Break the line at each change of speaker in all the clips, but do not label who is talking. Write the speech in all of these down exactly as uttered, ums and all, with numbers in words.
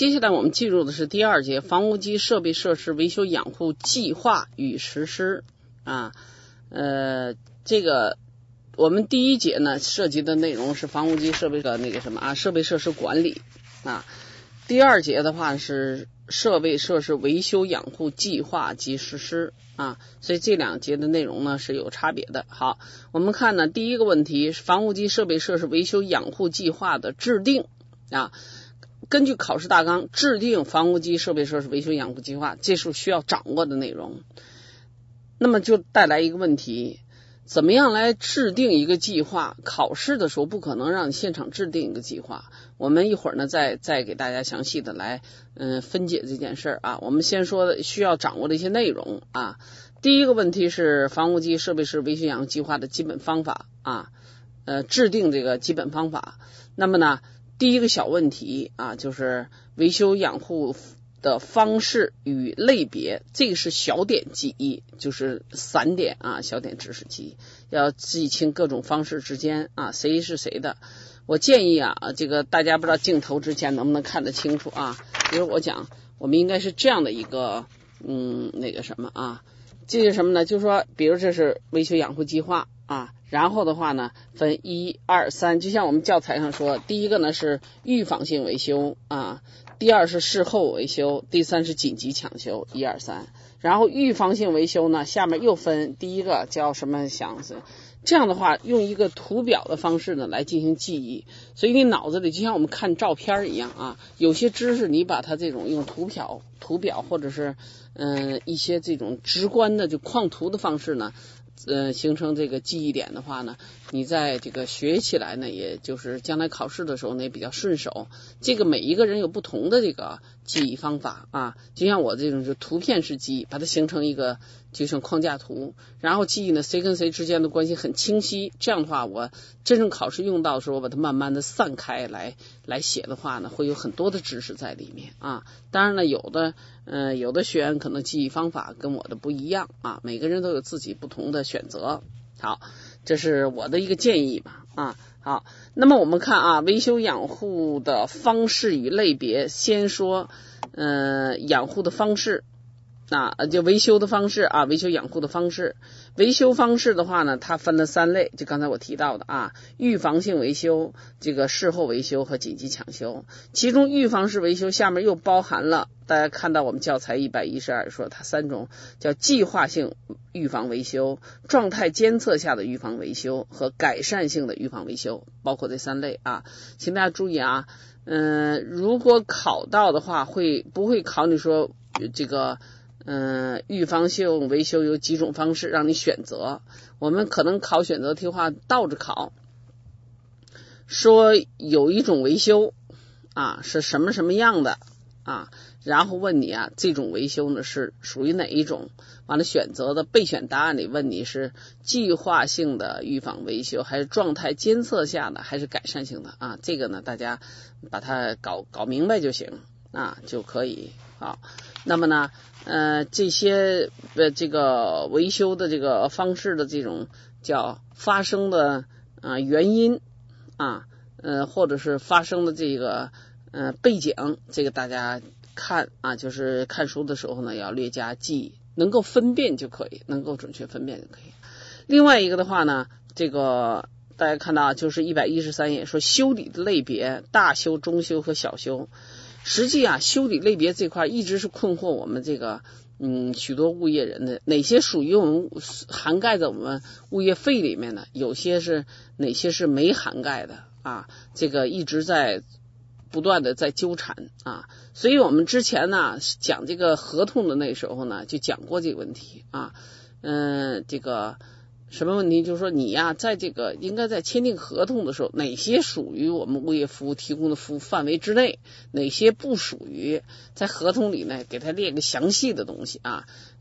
接下来我们进入的是第二节，房屋及设备设施维修养护计划与实施啊。呃，这个我们第一节呢涉及的内容是房屋及设备的那个什么啊，设备设施管理啊。第二节的话是设备设施维修养护计划及实施啊，所以这两节的内容呢是有差别的。好，我们看呢，第一个问题是房屋及设备设施维修养护计划的制定啊。根据考试大纲制定房屋及设备设施维修养护计划，这是需要掌握的内容。那么就带来一个问题，怎么样来制定一个计划？考试的时候不可能让你现场制定一个计划。我们一会儿呢再再给大家详细的来嗯、呃、分解这件事儿啊。我们先说的需要掌握的一些内容啊。第一个问题是房屋及设备设施维修养护计划的基本方法啊，呃制定这个基本方法。那么呢，第一个小问题啊，就是维修养护的方式与类别，这个是小点记忆，就是散点啊，小点知识记忆，要记清各种方式之间啊，谁是谁的。我建议啊，这个大家不知道镜头之前能不能看得清楚啊？比如我讲，我们应该是这样的一个嗯那个什么啊，这是什么呢？就是说，比如这是维修养护计划啊，然后的话呢，分一二三，就像我们教材上说，第一个呢是预防性维修啊，第二是事后维修，第三是紧急抢修，一二三。然后预防性维修呢，下面又分，第一个叫什么想是这样的话，用一个图表的方式呢来进行记忆，所以你脑子里就像我们看照片一样啊，有些知识你把它这种用图表、图表或者是嗯、呃、一些这种直观的就框图的方式呢。呃，形成这个记忆点的话呢，你在这个学起来呢，也就是将来考试的时候呢也比较顺手。这个每一个人有不同的这个记忆方法啊，就像我这种是图片式记忆，把它形成一个就像框架图，然后记忆呢谁跟谁之间的关系很清晰。这样的话，我真正考试用到的时候，我把它慢慢的散开来来写的话呢，会有很多的知识在里面啊。当然了，有的呃有的学员可能记忆方法跟我的不一样啊，每个人都有自己不同的选择。好，这是我的一个建议吧啊。好，那么我们看啊，维修养护的方式与类别，先说呃养护的方式啊，就维修的方式啊，维修养护的方式。维修方式的话呢，它分了三类，就刚才我提到的啊，预防性维修、这个事后维修和紧急抢修。其中预防式维修下面又包含了，大家看到我们教材一百一十二说它三种，叫计划性预防维修、状态监测下的预防维修和改善性的预防维修，包括这三类啊。请大家注意啊，嗯、呃，如果考到的话，会不会考你说这个嗯，预防性维修有几种方式让你选择，我们可能考选择题的话倒着考，说有一种维修啊是什么什么样的啊，然后问你啊这种维修呢是属于哪一种，完了选择的备选答案里问你是计划性的预防维修还是状态监测下的还是改善性的啊，这个呢大家把它搞搞明白就行啊就可以。好，那么呢呃这些呃这个维修的这个方式的这种叫发生的啊、呃、原因啊呃或者是发生的这个呃背景，这个大家看啊就是看书的时候呢要略加记忆，能够分辨就可以，能够准确分辨就可以。另外一个的话呢，这个大家看到就是一百一十三页说修理的类别，大修、中修和小修。实际啊，修理类别这块一直是困惑我们这个嗯许多物业人的，哪些属于我们涵盖在我们物业费里面的，有些是哪些是没涵盖的啊，这个一直在不断的在纠缠啊。所以我们之前呢讲这个合同的那时候呢就讲过这个问题啊，嗯这个什么问题？就是说你呀，在这个应该在签订合同的时候，哪些属于我们物业服务提供的服务范围之内，哪些不属于，在合同里呢给他列个详细的东西啊。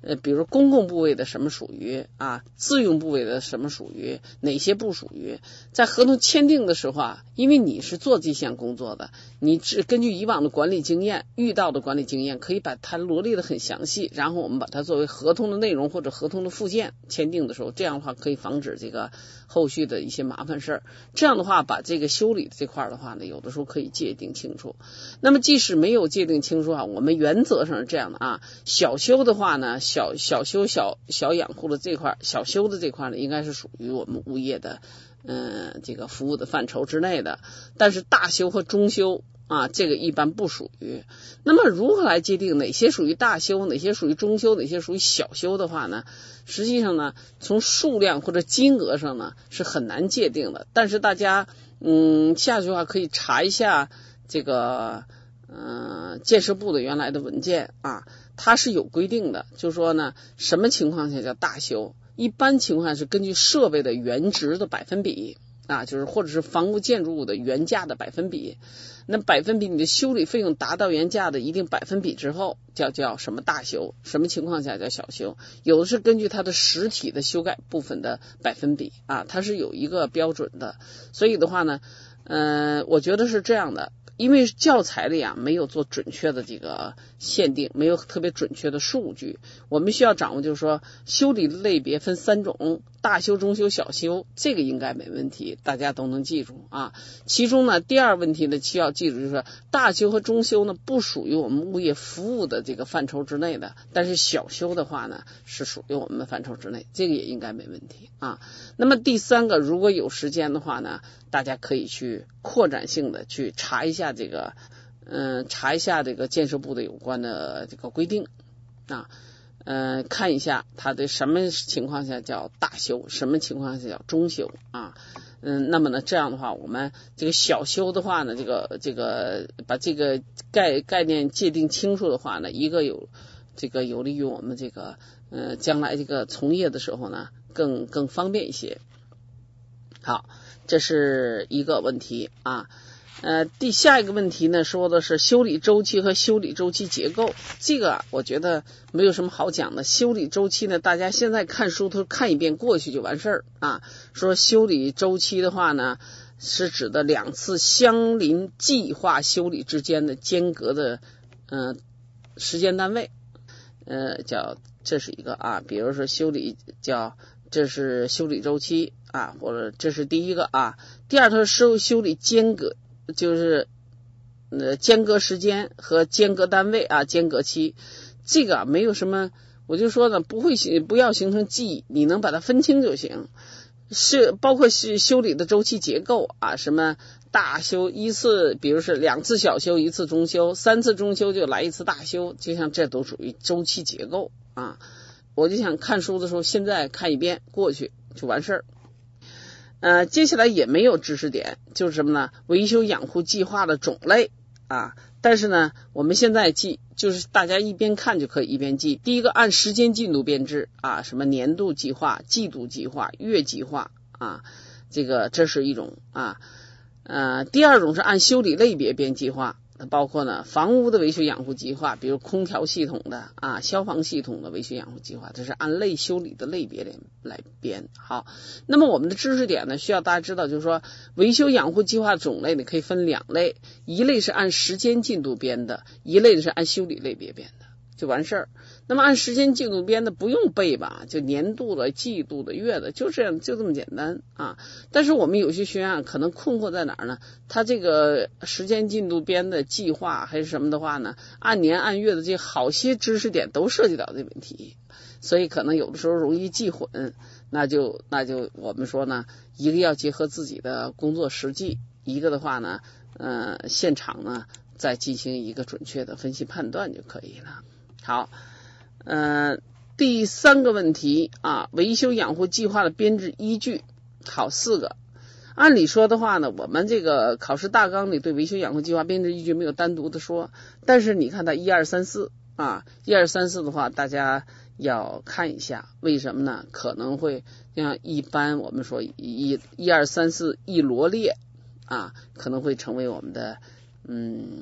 呃，比如公共部位的什么属于啊，自用部位的什么属于，哪些不属于，在合同签订的时候啊，因为你是做这项工作的，你只根据以往的管理经验，遇到的管理经验，可以把它罗列的很详细，然后我们把它作为合同的内容或者合同的附件签订的时候，这样的话可以防止这个后续的一些麻烦事儿。这样的话，把这个修理的这块的话呢，有的时候可以界定清楚。那么即使没有界定清楚啊，我们原则上是这样的啊，小修的话呢，小小修小小养护的这块，小修的这块呢，应该是属于我们物业的嗯这个服务的范畴之内的，但是大修和中修啊，这个一般不属于。那么如何来界定哪些属于大修，哪些属于中修，哪些属于小修的话呢？实际上呢，从数量或者金额上呢是很难界定的。但是大家嗯下去的话可以查一下这个嗯、呃、建设部的原来的文件啊，它是有规定的，就是说呢，什么情况下叫大修？一般情况下是根据设备的原值的百分比啊，就是或者是房屋建筑物的原价的百分比，那百分比你的修理费用达到原价的一定百分比之后，叫叫什么大修，什么情况下叫小修，有的是根据它的实体的修改部分的百分比啊，它是有一个标准的。所以的话呢，呃，我觉得是这样的。因为教材里啊没有做准确的这个限定，没有特别准确的数据，我们需要掌握就是说修理类别分三种，大修、中修、小修，这个应该没问题，大家都能记住啊。其中呢，第二问题呢需要记住就是说大修和中修呢不属于我们物业服务的这个范畴之内的，但是小修的话呢是属于我们的范畴之内，这个也应该没问题啊。那么第三个，如果有时间的话呢，大家可以去扩展性的去查一下这个嗯查一下这个建设部的有关的这个规定啊，呃看一下它的什么情况下叫大修，什么情况下叫中修啊。嗯，那么呢，这样的话，我们这个小修的话呢，这个这个把这个概概念界定清楚的话呢，一个有这个有利于我们这个呃将来这个从业的时候呢，更更方便一些。好，这是一个问题啊。呃，第下一个问题呢，说的是修理周期和修理周期结构。这个啊，我觉得没有什么好讲的。修理周期呢，大家现在看书都看一遍过去就完事儿啊。说修理周期的话呢，是指的两次相邻计划修理之间的间隔的嗯、呃、时间单位，呃，叫这是一个啊。比如说修理叫这是修理周期啊，或者这是第一个啊。第二，它是修理间隔。就是呃间隔时间和间隔单位啊，间隔期，这个啊没有什么，我就说呢，不会不要形成记忆，你能把它分清就行。是包括是修理的周期结构啊，什么大修一次，比如是两次小修，一次中修，三次中修就来一次大修，就像这都属于周期结构啊。我就想看书的时候，现在看一遍过去就完事儿。呃，接下来也没有知识点，就是什么呢？维修养护计划的种类啊。但是呢，我们现在记，就是大家一边看就可以一边记。第一个，按时间进度编制啊，什么年度计划、季度计划、月计划啊，这个这是一种啊。呃，第二种是按修理类别编计划。包括呢房屋的维修养护计划，比如空调系统的啊、消防系统的维修养护计划，这是按类修理的类别来来编。好，那么我们的知识点呢，需要大家知道，就是说维修养护计划种类呢可以分两类，一类是按时间进度编的，一类是按修理类别编的，就完事儿。那么按时间进度编的不用背吧，就年度的、季度的、月的，就这样，就这么简单啊。但是我们有些学员可能困惑在哪儿呢？他这个时间进度编的计划还是什么的话呢，按年按月的这好些知识点都涉及到这个问题，所以可能有的时候容易记混。那就那就我们说呢，一个要结合自己的工作实际，一个的话呢，呃，现场呢再进行一个准确的分析判断就可以了。好。呃，第三个问题啊，维修养护计划的编制依据，好四个。按理说的话呢，我们这个考试大纲里对维修养护计划编制依据没有单独的说，但是你看它一二三四啊，一二三四的话，大家要看一下，为什么呢？可能会像一般我们说一一二三四一罗列啊，可能会成为我们的嗯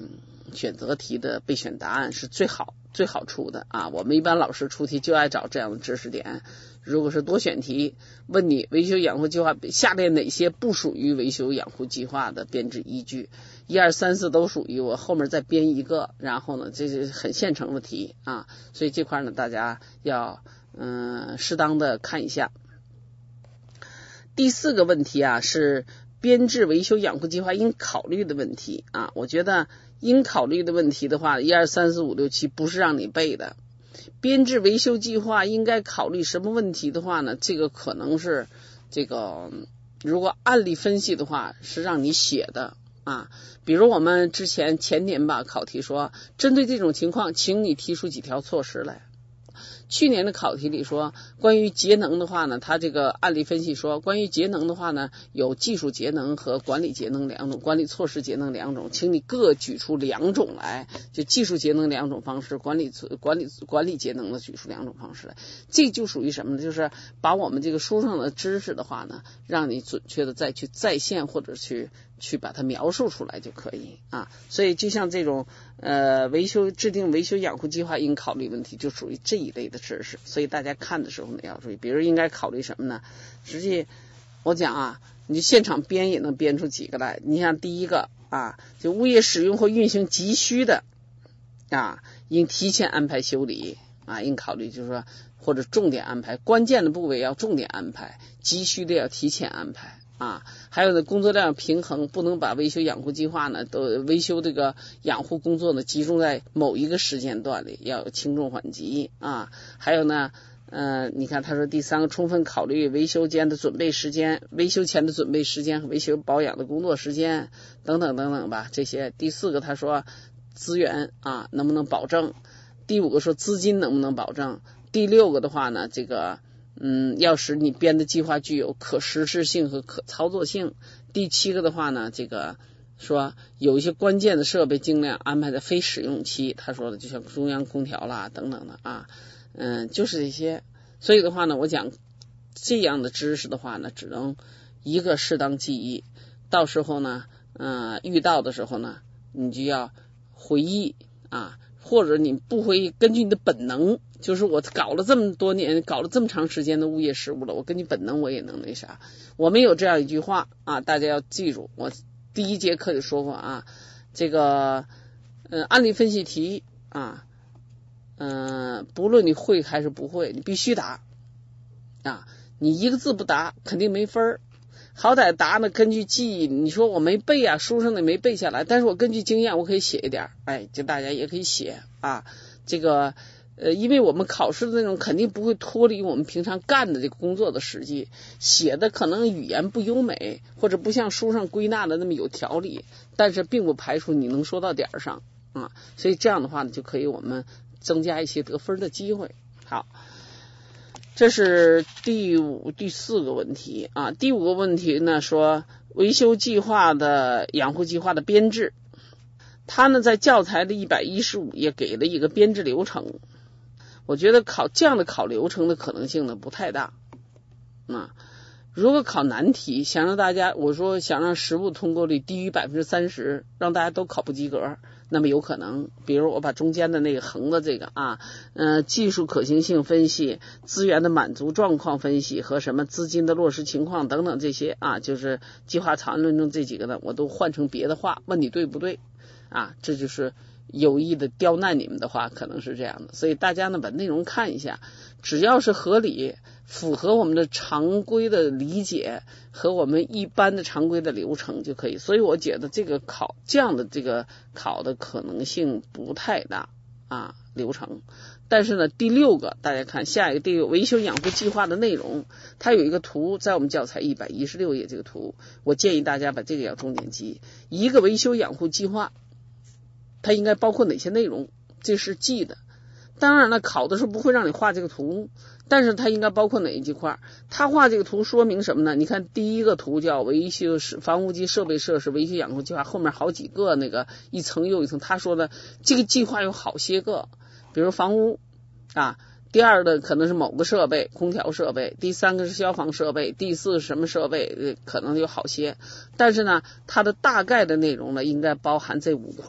选择题的备选答案是最好最好出的啊。我们一般老师出题就爱找这样的知识点。如果是多选题，问你维修养护计划下列哪些不属于维修养护计划的编制依据，一二三四都属于，我后面再编一个，然后呢这是很现成的题啊，所以这块呢大家要嗯适当的看一下。第四个问题啊是编制维修养护计划应考虑的问题啊，我觉得应考虑的问题的话，一二三四五六七不是让你背的。编制维修计划应该考虑什么问题的话呢，这个可能是这个如果案例分析的话是让你写的啊。比如我们之前前年吧考题说，针对这种情况请你提出几条措施来。去年的考题里说，关于节能的话呢，它这个案例分析说，关于节能的话呢，有技术节能和管理节能两种，管理措施节能两种，请你各举出两种来，就技术节能两种方式，管理管理管理节能的举出两种方式来。这就属于什么呢？就是把我们这个书上的知识的话呢，让你准确的再去再现或者去去把它描述出来就可以啊。所以就像这种呃维修制定维修养护计划应考虑问题，就属于这一类的知识，所以大家看的时候呢要注意。比如应该考虑什么呢？实际我讲啊，你就现场编也能编出几个来。你像第一个啊，就物业使用或运行急需的啊，应提前安排修理啊，应考虑就是说或者重点安排，关键的部位要重点安排，急需的要提前安排啊。还有呢，工作量平衡，不能把维修养护计划呢都维修这个养护工作呢集中在某一个时间段里，要有轻重缓急啊。还有呢呃，你看他说第三个，充分考虑维修间的准备时间，维修前的准备时间和维修保养的工作时间等等等等吧，这些。第四个他说资源啊能不能保证，第五个说资金能不能保证，第六个的话呢这个嗯，要使你编的计划具有可实施性和可操作性。第七个的话呢，这个说有一些关键的设备尽量安排在非使用期，他说的就像中央空调啦等等的啊，嗯，就是这些。所以的话呢，我讲这样的知识的话呢，只能一个适当记忆，到时候呢，嗯、呃，遇到的时候呢，你就要回忆啊。或者你不会根据你的本能，就是我搞了这么多年，搞了这么长时间的物业事务了，我根据本能我也能那啥。我们有这样一句话啊，大家要记住，我第一节课就说过啊，这个呃案例分析题啊，嗯、呃，不论你会还是不会，你必须答啊，你一个字不答肯定没分儿。好歹答呢，根据记忆，你说我没背啊，书上的没背下来，但是我根据经验我可以写一点，哎，就大家也可以写啊。这个呃，因为我们考试的那种肯定不会脱离我们平常干的这个工作的实际，写的可能语言不优美，或者不像书上归纳的那么有条理，但是并不排除你能说到点上啊。所以这样的话呢，就可以我们增加一些得分的机会。好。这是第五、第四个问题啊。第五个问题呢，说维修计划的养护计划的编制，他呢在教材的一百一十五页给了一个编制流程。我觉得考这样的考流程的可能性呢不太大啊。如果考难题，想让大家，我说想让实务通过率低于百分之三十，让大家都考不及格，那么有可能，比如我把中间的那个横的这个啊，呃，技术可行性分析、资源的满足状况分析和什么资金的落实情况等等这些啊，就是计划草案论中这几个呢，我都换成别的话，问你对不对啊？这就是有意的刁难你们的话，可能是这样的。所以大家呢把内容看一下，只要是合理，符合我们的常规的理解和我们一般的常规的流程就可以。所以我觉得这个考这样的这个考的可能性不太大啊，流程。但是呢，第六个大家看下一个第六维修养护计划的内容，它有一个图在我们教材一百一十六页，这个图我建议大家把这个要重点记。一个维修养护计划它应该包括哪些内容，这是记的。当然了，考的时候不会让你画这个图，但是它应该包括哪一几块？它画这个图说明什么呢？你看第一个图叫维修房屋及设备设施维修养护计划，后面好几个那个一层又一层，他说的这个计划有好些个，比如房屋啊，第二的可能是某个设备，空调设备，第三个是消防设备，第四是什么设备，可能有好些，但是呢它的大概的内容呢应该包含这五块。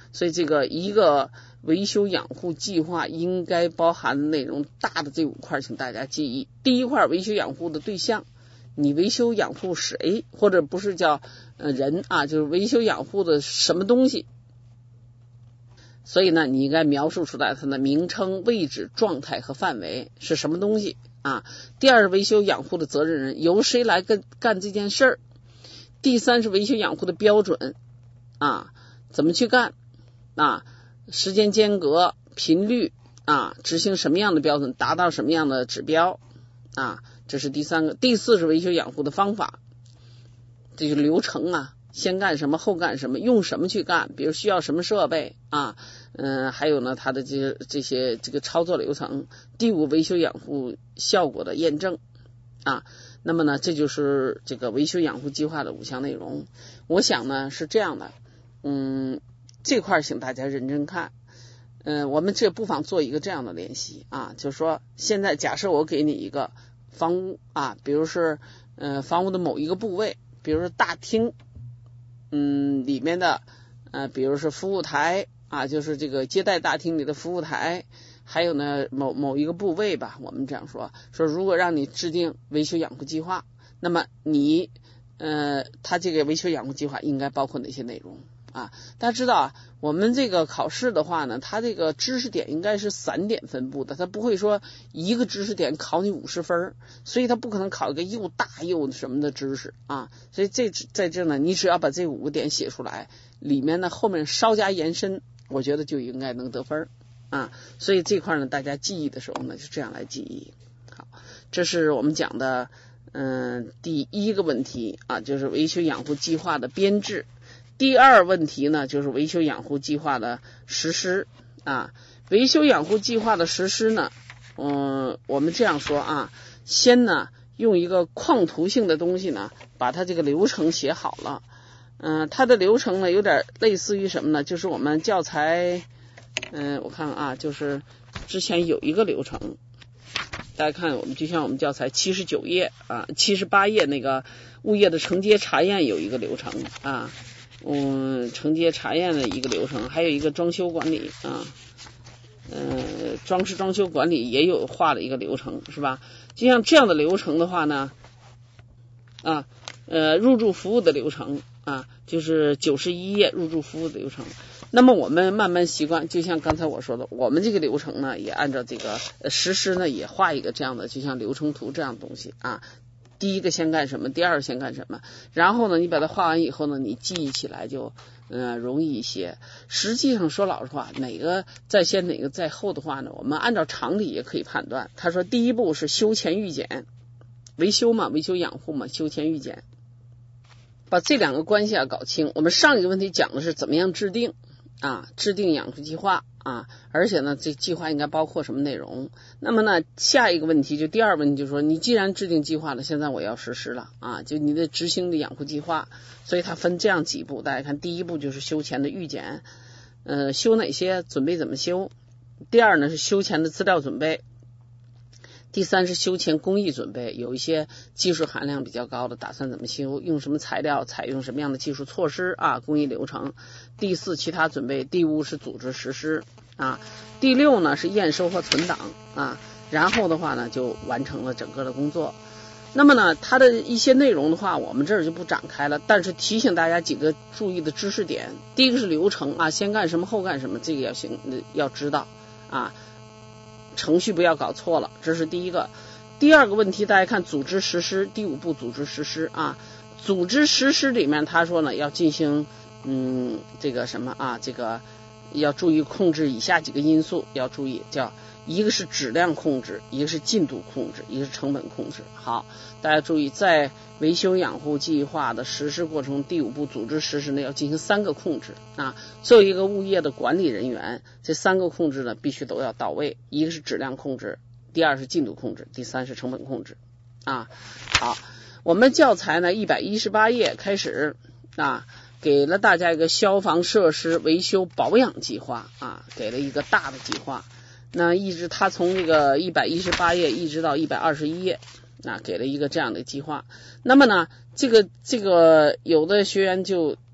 所以这个一个维修养护计划应该包含的内容大的这五块，请大家记忆。第一块，维修养护的对象，你维修养护谁，或者不是叫呃人啊，就是维修养护的什么东西。所以呢，你应该描述出来它的名称、位置、状态和范围是什么东西啊。第二是维修养护的责任人，由谁来干干这件事儿。第三是维修养护的标准啊，怎么去干啊，时间间隔、频率啊，执行什么样的标准，达到什么样的指标啊，这是第三个。第四是维修养护的方法，这就是流程啊，先干什么后干什么，用什么去干，比如需要什么设备啊，嗯、呃，还有呢它的这些这些这个操作流程。第五，维修养护效果的验证啊。那么呢，这就是这个维修养护计划的五项内容。我想呢是这样的，嗯，这块请大家认真看。嗯、呃，我们这不妨做一个这样的练习啊，就是说，现在假设我给你一个房屋啊，比如是呃房屋的某一个部位，比如说大厅，嗯，里面的呃，比如是服务台啊，就是这个接待大厅里的服务台。还有呢，某某一个部位吧，我们这样说，说如果让你制定维修养护计划，那么你呃，它这个维修养护计划应该包括哪些内容啊？大家知道啊，我们这个考试的话呢，它这个知识点应该是散点分布的，它不会说一个知识点考你五十分，所以它不可能考一个又大又什么的知识啊。所以这在这呢，你只要把这五个点写出来，里面呢后面稍加延伸，我觉得就应该能得分。啊，所以这块呢，大家记忆的时候呢，就这样来记忆。好，这是我们讲的，嗯、呃，第一个问题啊，就是维修养护计划的编制。第二问题呢，就是维修养护计划的实施啊。维修养护计划的实施呢，嗯、呃，我们这样说啊，先呢用一个框图性的东西呢，把它这个流程写好了。嗯、呃，它的流程呢，有点类似于什么呢？就是我们教材。嗯，我看啊，就是之前有一个流程，大家看，我们就像我们教材七十九页啊，七十八页那个物业的承接查验有一个流程啊，嗯，承接查验的一个流程，还有一个装修管理啊，呃，装饰装修管理也有画了一个流程，是吧？就像这样的流程的话呢，啊，呃，入住服务的流程啊，就是九十一页入住服务的流程。那么我们慢慢习惯，就像刚才我说的，我们这个流程呢，也按照这个实施呢，也画一个这样的，就像流程图这样的东西啊。第一个先干什么，第二个先干什么，然后呢，你把它画完以后呢，你记忆起来就嗯、呃、容易一些。实际上说老实话，哪个在先哪个在后的话呢，我们按照常理也可以判断。他说第一步是修前预检，维修嘛，维修养护嘛，修前预检，把这两个关系要搞清。我们上一个问题讲的是怎么样制定啊，制定养护计划啊，而且呢，这计划应该包括什么内容？那么呢，下一个问题就第二问题就是说，你既然制定计划了，现在我要实施了啊，就你的执行的养护计划，所以它分这样几步。大家看，第一步就是修前的预检，呃，修哪些，准备怎么修；第二呢是修前的资料准备。第三是修前工艺准备，有一些技术含量比较高的，打算怎么修，用什么材料，采用什么样的技术措施啊，工艺流程。第四其他准备，第五是组织实施啊，第六呢是验收和存档啊，然后的话呢就完成了整个的工作。那么呢，它的一些内容的话，我们这儿就不展开了，但是提醒大家几个注意的知识点。第一个是流程啊，先干什么后干什么，这个要行要知道啊。程序不要搞错了，这是第一个。第二个问题，大家看组织实施，第五步组织实施啊，组织实施里面他说呢要进行嗯这个什么啊，这个要注意控制以下几个因素，要注意，叫一个是质量控制，一个是进度控制，一个是成本控制。好，大家注意，在维修养护计划的实施过程中，第五步组织实施呢要进行三个控制啊。作为一个物业的管理人员，这三个控制呢必须都要到位，一个是质量控制，第二是进度控制，第三是成本控制啊。好，我们教材呢一百一十八页开始啊，给了大家一个消防设施维修保养计划啊，给了一个大的计划。那一直他从这个一百一十八页一直到一百二十一页啊，给了一个这样的计划。那么呢，这个这个有的学员就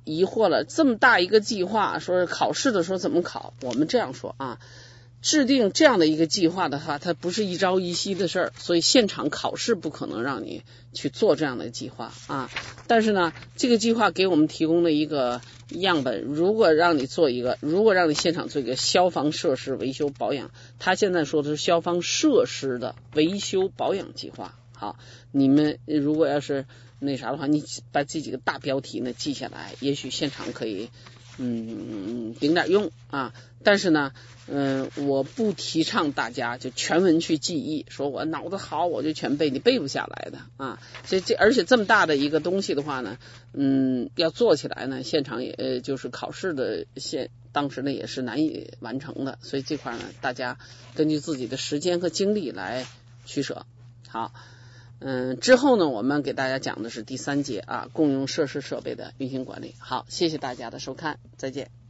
疑惑了，这么大一个计划，说是考试的时候怎么考？我们这样说啊，制定这样的一个计划的话，它不是一朝一夕的事儿，所以现场考试不可能让你去做这样的计划啊。但是呢，这个计划给我们提供了一个样本，如果让你做一个，如果让你现场做一个消防设施维修保养，他现在说的是消防设施的维修保养计划。好，你们如果要是那啥的话，你把这几个大标题呢记下来，也许现场可以嗯顶点用啊。但是呢，嗯、呃，我不提倡大家就全文去记忆，说我脑子好我就全背，你背不下来的啊。所以这而且这么大的一个东西的话呢，嗯，要做起来呢，现场也呃就是考试的现当时呢也是难以完成的，所以这块呢，大家根据自己的时间和精力来取舍。好。嗯，之后呢，我们给大家讲的是第三节啊，共用设施设备的运行管理。好，谢谢大家的收看，再见。